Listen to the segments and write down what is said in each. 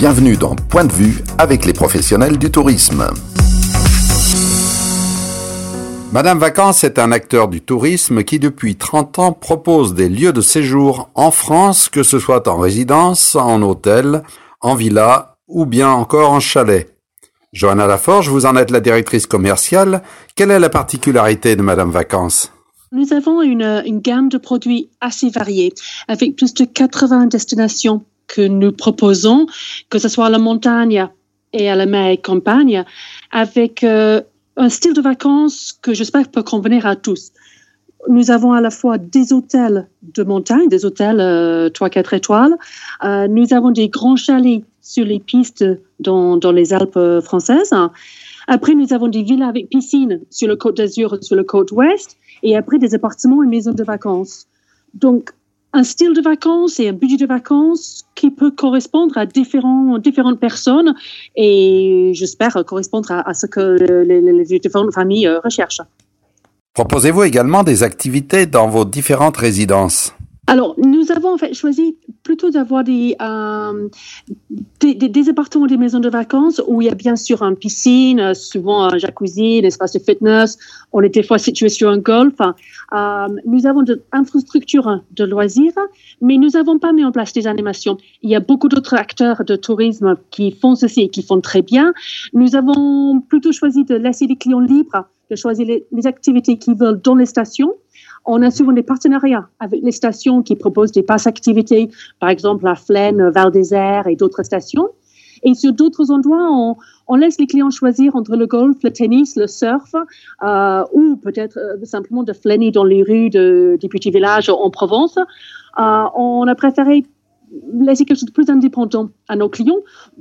Bienvenue dans Point de vue avec les professionnels du tourisme. Madame Vacances est un acteur du tourisme qui depuis 30 ans propose des lieux de séjour en France, que ce soit en résidence, en hôtel, en villa ou bien encore en chalet. Johanna Laforge, vous en êtes la directrice commerciale. Quelle est la particularité de Madame Vacances ? Nous avons une gamme de produits assez variée, avec plus de 80 destinations que nous proposons, que ce soit à la montagne et à la mer et campagne, avec un style de vacances que j'espère peut convenir à tous. Nous avons à la fois des hôtels de montagne, des hôtels 3-4 étoiles. Nous avons des grands chalets sur les pistes dans les Alpes françaises. Après, nous avons des villas avec piscine sur le Côte d'Azur, sur le Côte Ouest. Et après, des appartements et maisons de vacances. Donc, un style de vacances et un budget de vacances qui peut correspondre à différentes personnes et j'espère correspondre à ce que les différentes familles recherchent. Proposez-vous également des activités dans vos différentes résidences ? Alors, nous avons en fait choisi plutôt d'avoir des appartements, des maisons de vacances où il y a bien sûr une piscine, souvent un jacuzzi, un espace de fitness. On est des fois situé sur un golf. Nous avons de infrastructures de loisirs, mais nous n'avons pas mis en place des animations. Il y a beaucoup d'autres acteurs de tourisme qui font ceci et qui font très bien. Nous avons plutôt choisi de laisser les clients libres de choisir les activités qu'ils veulent dans les stations. On a souvent des partenariats avec les stations qui proposent des passes activités, par exemple la Flaine, Val d'Isère et d'autres stations. Et sur d'autres endroits, on laisse les clients choisir entre le golf, le tennis, le surf, ou peut-être simplement de flâner dans les rues des petits villages en Provence. On a préféré laisser quelque chose de plus indépendant à nos clients.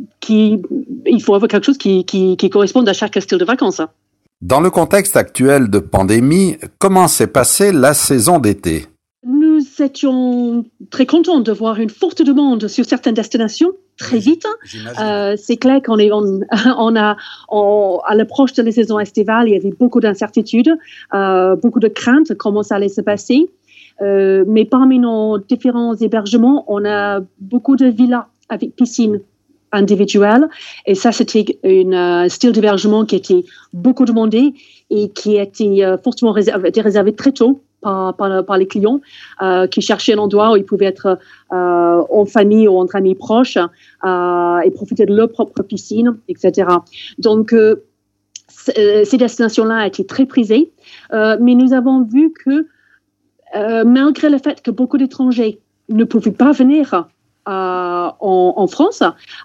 Il faut avoir quelque chose qui corresponde à chaque style de vacances. Dans le contexte actuel de pandémie, comment s'est passée la saison d'été ? Nous étions très contents de voir une forte demande sur certaines destinations très vite. C'est clair à l'approche de la saison estivale, il y avait beaucoup d'incertitudes, beaucoup de craintes comment ça allait se passer. Mais parmi nos différents hébergements, on a beaucoup de villas avec piscine individuelle. Et ça, c'était un style d'hébergement qui était beaucoup demandé et qui était fortement réservé très tôt par les clients qui cherchaient un endroit où ils pouvaient être en famille ou entre amis proches et profiter de leur propre piscine, etc. Donc, ces destinations-là étaient très prisées, mais nous avons vu que malgré le fait que beaucoup d'étrangers ne pouvaient pas venir en France,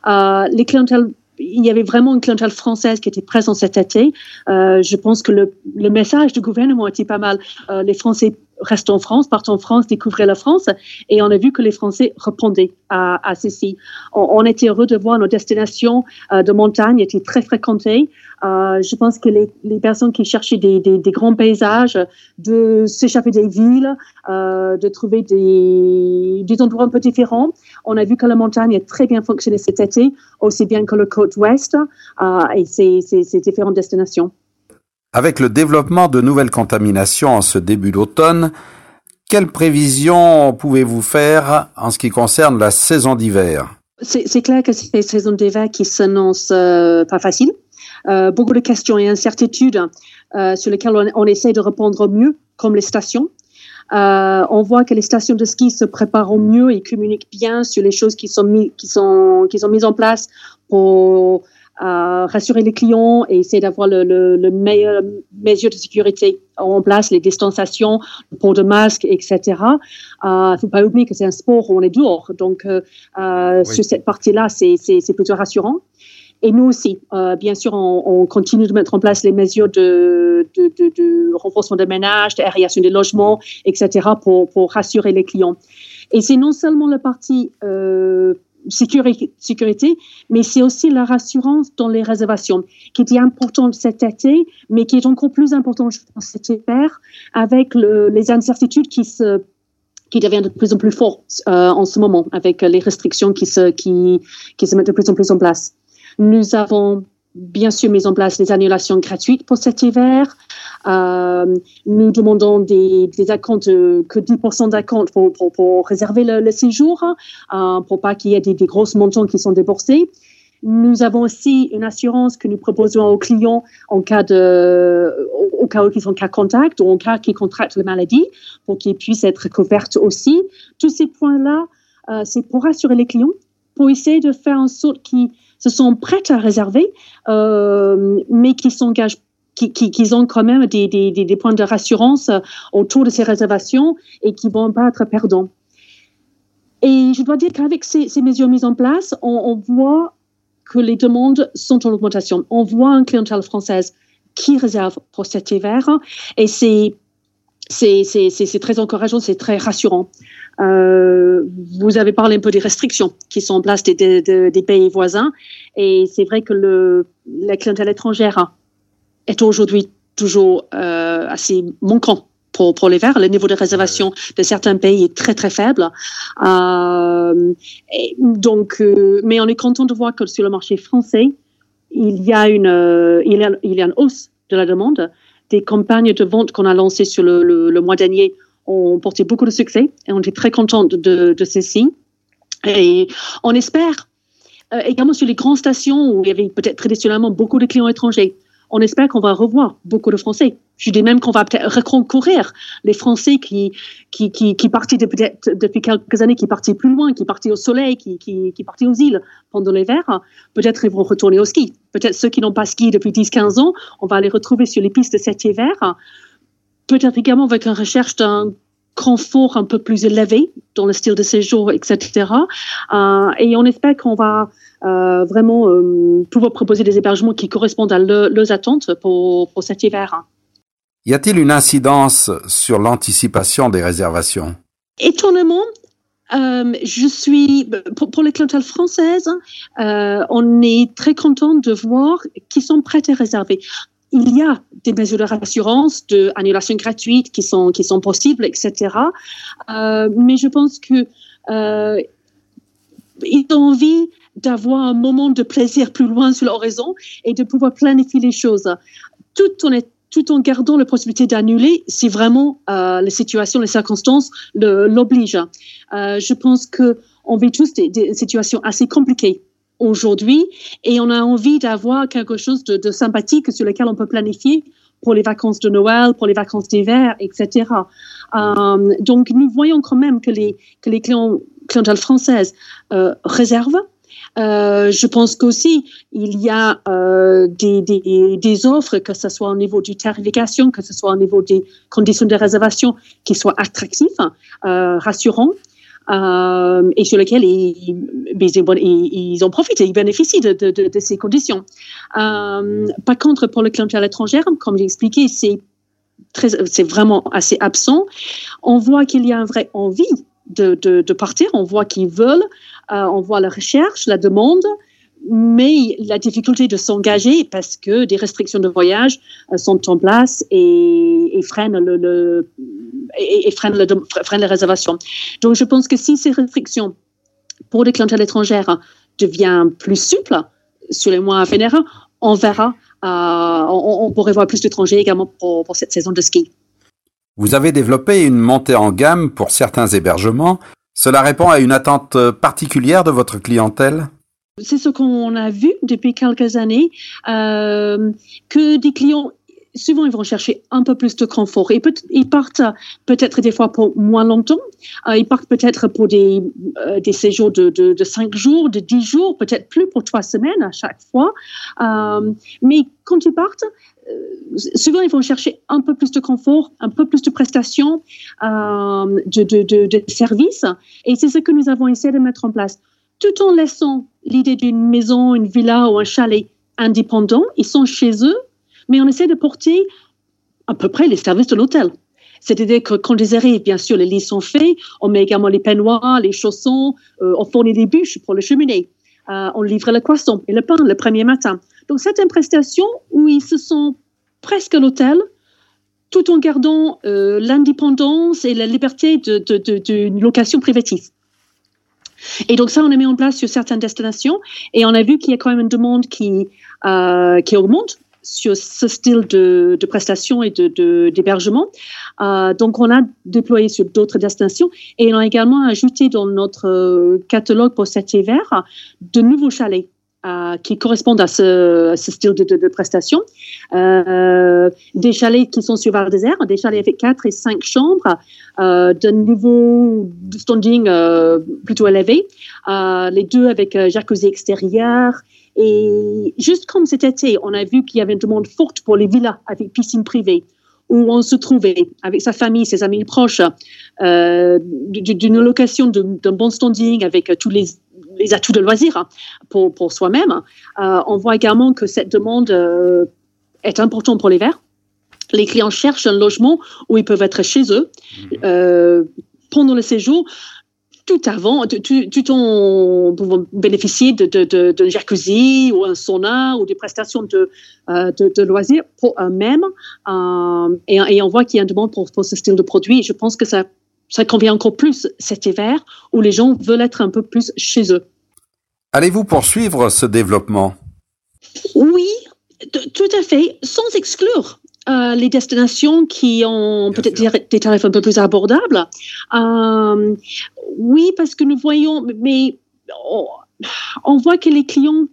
il y avait vraiment une clientèle française qui était présente cet été. Je pense que le message du gouvernement était pas mal. Les Français restent en France, partent en France, découvrent la France, et on a vu que les Français répondaient à ceci. On était heureux de voir nos destinations de montagne étaient très fréquentées. Je pense que les personnes qui cherchaient des grands paysages, de s'échapper des villes, de trouver des endroits un peu différents. On a vu que la montagne a très bien fonctionné cet été, aussi bien que le côte ouest et ces différentes destinations. Avec le développement de nouvelles contaminations en ce début d'automne, quelles prévisions pouvez-vous faire en ce qui concerne la saison d'hiver ? C'est clair que c'est une saison d'hiver qui s'annonce pas facile. Beaucoup de questions et incertitudes sur lesquelles on essaie de répondre au mieux, comme les stations. On voit que les stations de ski se préparent au mieux et communiquent bien sur les choses qui sont mises en place pour rassurer les clients et essayer d'avoir le meilleur mesure de sécurité en place, les distanciations, le port de masque, etc. Il faut pas oublier que c'est un sport où on est dehors, donc sur cette partie-là, c'est plutôt rassurant. Et nous aussi, bien sûr, on continue de mettre en place les mesures de renforcement des ménages, d'aération des logements, etc. pour rassurer les clients. Et c'est non seulement la partie sécurité, mais c'est aussi la rassurance dans les réservations, qui est importante cet été, mais qui est encore plus importante, je pense, cet hiver, avec les incertitudes qui deviennent de plus en plus fortes en ce moment, avec les restrictions qui se mettent de plus en plus en place. Nous avons bien sûr mis en place des annulations gratuites pour cet hiver. Nous demandons des acomptes, que 10% d'acompte pour réserver le séjour, pour pas qu'il y ait des grosses montants qui sont déboursés. Nous avons aussi une assurance que nous proposons aux clients au cas où ils sont cas contact ou en cas qu'ils contractent la maladie, pour qu'ils puissent être couverts aussi. Tous ces points-là, c'est pour rassurer les clients, pour essayer de faire en sorte qu'ils se sont prêts à réserver, mais qu'ils s'engagent, qu'ils ont quand même des points de rassurance autour de ces réservations et qui ne vont pas être perdants. Et je dois dire qu'avec ces mesures mises en place, on voit que les demandes sont en augmentation. On voit une clientèle française qui réserve pour cet hiver et c'est très encourageant, c'est très rassurant. Vous avez parlé un peu des restrictions qui sont en place des pays voisins et c'est vrai que la clientèle étrangère est aujourd'hui toujours assez manquant pour l'hiver. Le niveau de réservation de certains pays est très très faible. Mais on est content de voir que sur le marché français, il y a une hausse de la demande. Des campagnes de vente qu'on a lancées sur le mois dernier ont porté beaucoup de succès et on est très content de ceci. Et on espère également sur les grandes stations où il y avait peut-être traditionnellement beaucoup de clients étrangers. On espère qu'on va revoir beaucoup de Français. Je dis même qu'on va peut-être reconquérir les Français qui partaient depuis quelques années, qui partaient plus loin, qui partaient au soleil, qui partaient aux îles pendant l'hiver. Peut-être ils vont retourner au ski. Peut-être ceux qui n'ont pas ski depuis 10-15 ans, on va les retrouver sur les pistes de cet hiver. Peut-être également avec une recherche d'un confort un peu plus élevé dans le style de séjour, etc. Et on espère qu'on va vraiment pouvoir proposer des hébergements qui correspondent à leurs attentes pour cet hiver. Y a-t-il une incidence sur l'anticipation des réservations? Étonnamment, je suis pour les clientèles françaises, on est très content de voir qu'ils sont prêts à réserver. Il y a des mesures de rassurance, d'annulation gratuite qui sont possibles, etc. Mais je pense que ils ont envie d'avoir un moment de plaisir plus loin sur l'horizon et de pouvoir planifier les choses, tout en gardant la possibilité d'annuler si vraiment la situation, les circonstances l'obligent. Je pense qu'on vit tous des situations assez compliquées aujourd'hui et on a envie d'avoir quelque chose de sympathique sur lequel on peut planifier pour les vacances de Noël, pour les vacances d'hiver, etc. Donc, nous voyons quand même que les clientèles françaises réservent. Je pense qu'aussi, il y a des offres, que ce soit au niveau du tarification, que ce soit au niveau des conditions de réservation, qui soient attractives, rassurants, et sur lesquels ils en profitent, ils bénéficient de ces conditions. Par contre, pour le clientèle étrangère, comme j'ai expliqué, c'est vraiment assez absent. On voit qu'il y a une vraie envie de partir, on voit qu'ils veulent, on voit la recherche, la demande, mais la difficulté de s'engager parce que des restrictions de voyage sont en place et freinent les réservations. Donc, je pense que si ces restrictions pour les clientèles étrangères deviennent plus souples sur les mois à venir, on verra, on pourrait voir plus d'étrangers également pour cette saison de ski. Vous avez développé une montée en gamme pour certains hébergements. Cela répond à une attente particulière de votre clientèle? C'est ce qu'on a vu depuis quelques années, que des clients, souvent, ils vont chercher un peu plus de confort. Ils partent peut-être des fois pour moins longtemps. Ils partent peut-être pour des séjours de 5 jours, de 10 jours, peut-être plus pour 3 semaines à chaque fois. Mais quand ils partent, souvent, ils vont chercher un peu plus de confort, un peu plus de prestations, de services. Et c'est ce que nous avons essayé de mettre en place. Tout en laissant l'idée d'une maison, une villa ou un chalet indépendant, ils sont chez eux, mais on essaie de porter à peu près les services de l'hôtel. C'est-à-dire que quand ils arrivent, bien sûr, les lits sont faits, on met également les peignoirs, les chaussons, on fournit des bûches pour le cheminée, on livre le poisson et le pain le premier matin. Donc, c'est une prestation où ils se sentent presque à l'hôtel, tout en gardant l'indépendance et la liberté d'une location privative. Et donc ça, on a mis en place sur certaines destinations et on a vu qu'il y a quand même une demande qui augmente sur ce style de prestation et d'hébergement. Donc, on a déployé sur d'autres destinations et on a également ajouté dans notre catalogue pour cet hiver de nouveaux chalets qui correspondent à ce style de prestation. Des chalets qui sont sur Val d'Isère, des chalets avec 4 et 5 chambres, d'un niveau de standing plutôt élevé, les deux avec jacuzzi extérieur. Et juste comme cet été, on a vu qu'il y avait une demande forte pour les villas avec piscine privée, où on se trouvait avec sa famille, ses amis proches, d'une location d'un bon standing avec tous les atouts de loisirs pour soi-même. On voit également que cette demande est importante pour l'hiver. Les clients cherchent un logement où ils peuvent être chez eux pendant le séjour, tout en pouvant bénéficier d'un jacuzzi ou un sauna ou des prestations de loisirs pour eux-mêmes. Et on voit qu'il y a une demande pour ce style de produit. Et je pense que ça convient encore plus cet hiver où les gens veulent être un peu plus chez eux. Allez-vous poursuivre ce développement? Oui, tout à fait, sans exclure les destinations qui ont peut-être des tarifs un peu plus abordables. Oui, parce que nous voyons, mais on voit que les clients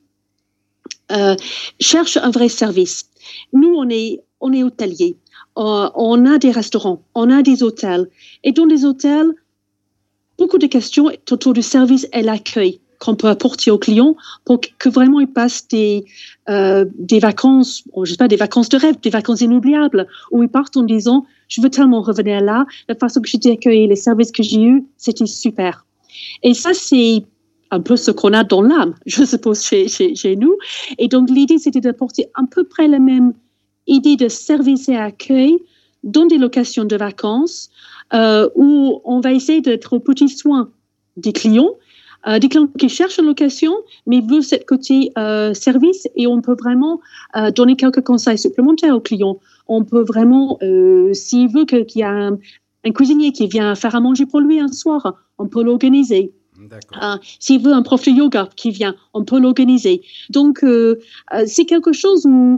cherchent un vrai service. Nous, on est hôteliers. On a des restaurants, on a des hôtels. Et dans les hôtels, beaucoup de questions autour du service et l'accueil qu'on peut apporter aux clients pour que vraiment ils passent des vacances, je sais pas, des vacances de rêve, des vacances inoubliables, où ils partent en disant « je veux tellement revenir là, la façon que j'ai été accueilli, les services que j'ai eus, c'était super ». Et ça, c'est un peu ce qu'on a dans l'âme, je suppose, chez nous. Et donc, l'idée, c'était d'apporter à peu près la même idée de service et accueil dans des locations de vacances où on va essayer d'être au petit soin des clients qui cherchent une location, mais veulent cette côté service, et on peut vraiment donner quelques conseils supplémentaires aux clients. On peut vraiment, s'il veut qu'il y a un cuisinier qui vient faire à manger pour lui un soir, on peut l'organiser. S'il veut un prof de yoga qui vient, on peut l'organiser. Donc, c'est quelque chose où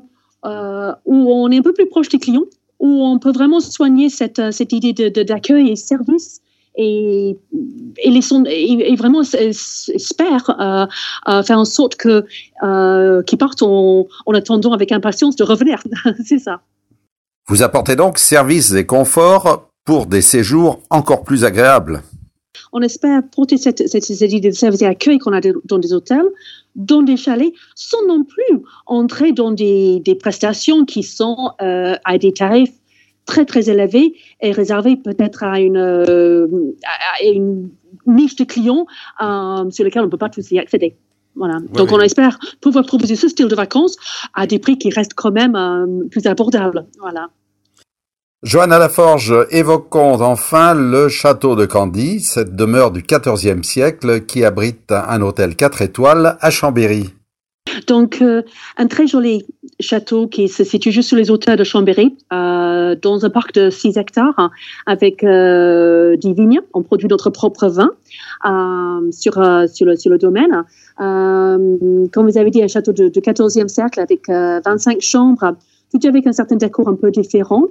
on est un peu plus proche des clients, où on peut vraiment soigner cette idée d'accueil et service, et vraiment espère faire en sorte qu'ils partent en attendant avec impatience de revenir. C'est ça. Vous apportez donc services et confort pour des séjours encore plus agréables. On espère porter cette idée de service et accueil qu'on a dans des hôtels, dans des chalets, sans non plus entrer dans des prestations qui sont à des tarifs très, très élevés et réservés peut-être à une niche de clients sur lesquels on ne peut pas tous y accéder. Voilà. Oui, donc, on espère pouvoir proposer ce style de vacances à des prix qui restent quand même plus abordables. Voilà. Johanna Laforge, évoquons enfin le château de Candy, cette demeure du XIVe siècle qui abrite un hôtel 4 étoiles à Chambéry. Donc, un très joli château qui se situe juste sur les hauteurs de Chambéry, dans un parc de 6 hectares, avec des vignes. On produit notre propre vin sur le domaine. Comme vous avez dit, un château du XIVe siècle avec 25 chambres, tout avec un certain décor un peu différent,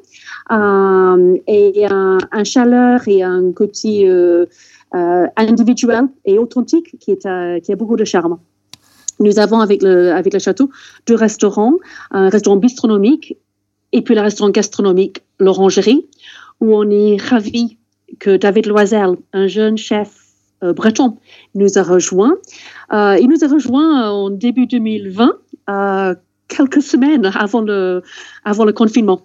et un chaleur et un côté individuel et authentique qui a beaucoup de charme. Nous avons avec le château 2 restaurants, un restaurant bistronomique et puis le restaurant gastronomique l'Orangerie, où on est ravis que David Loisel, un jeune chef breton, nous a rejoint. Il nous a rejoint en début 2020, quelques semaines avant le confinement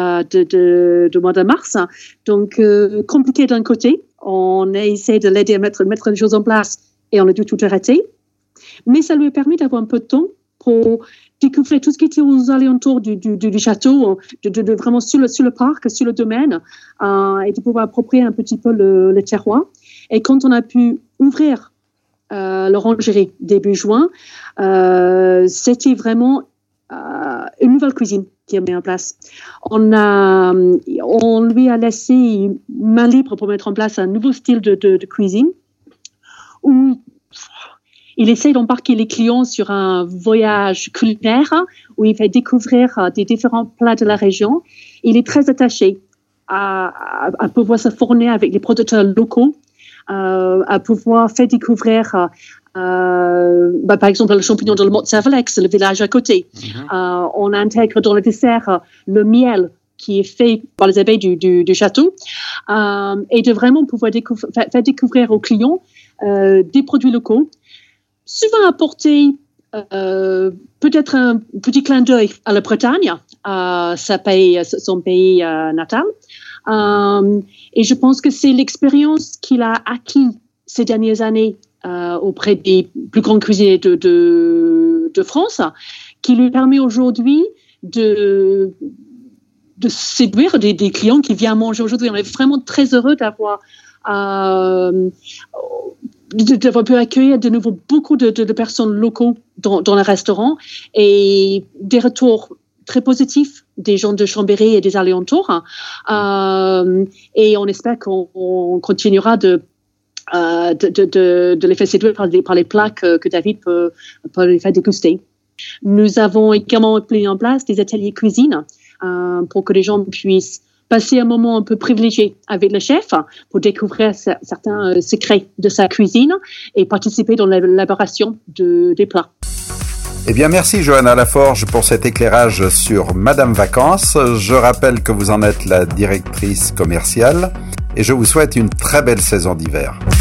de mois de mars. Donc, compliqué d'un côté. On a essayé de l'aider à mettre les choses en place et on a dû tout arrêter. Mais ça lui a permis d'avoir un peu de temps pour découvrir tout ce qui était aux alentours du château, de vraiment sur le parc, sur le domaine, et de pouvoir approprier un petit peu le terroir. Et quand on a pu ouvrir l'orangerie début juin, c'était vraiment une nouvelle cuisine qui est mise en place. On lui a laissé main libre pour mettre en place un nouveau style de cuisine, où il essaie d'embarquer les clients sur un voyage culinaire où il fait découvrir des différents plats de la région. Il est très attaché à pouvoir se fournir avec les producteurs locaux, à pouvoir faire découvrir par exemple le champignon de Mont-Cervelex, le village à côté. On intègre dans le dessert le miel qui est fait par les abeilles du château, et de vraiment pouvoir faire découvrir aux clients des produits locaux, souvent apportés peut-être un petit clin d'œil à la Bretagne, à son pays natal. Et je pense que c'est l'expérience qu'il a acquis ces dernières années auprès des plus grandes cuisiniers de France, qui lui permet aujourd'hui de séduire des clients qui viennent manger aujourd'hui. On est vraiment très heureux d'avoir pu accueillir de nouveau beaucoup de personnes locaux dans le restaurant, et des retours très positifs des gens de Chambéry et des alentours. Et on espère qu'on continuera de les faire séduire par les plats que David peut les faire déguster. Nous avons également mis en place des ateliers cuisine pour que les gens puissent passer un moment un peu privilégié avec le chef pour découvrir certains secrets de sa cuisine et participer dans l'élaboration des plats. Eh bien, merci Johanna Laforge pour cet éclairage sur Madame Vacances. Je rappelle que vous en êtes la directrice commerciale et je vous souhaite une très belle saison d'hiver.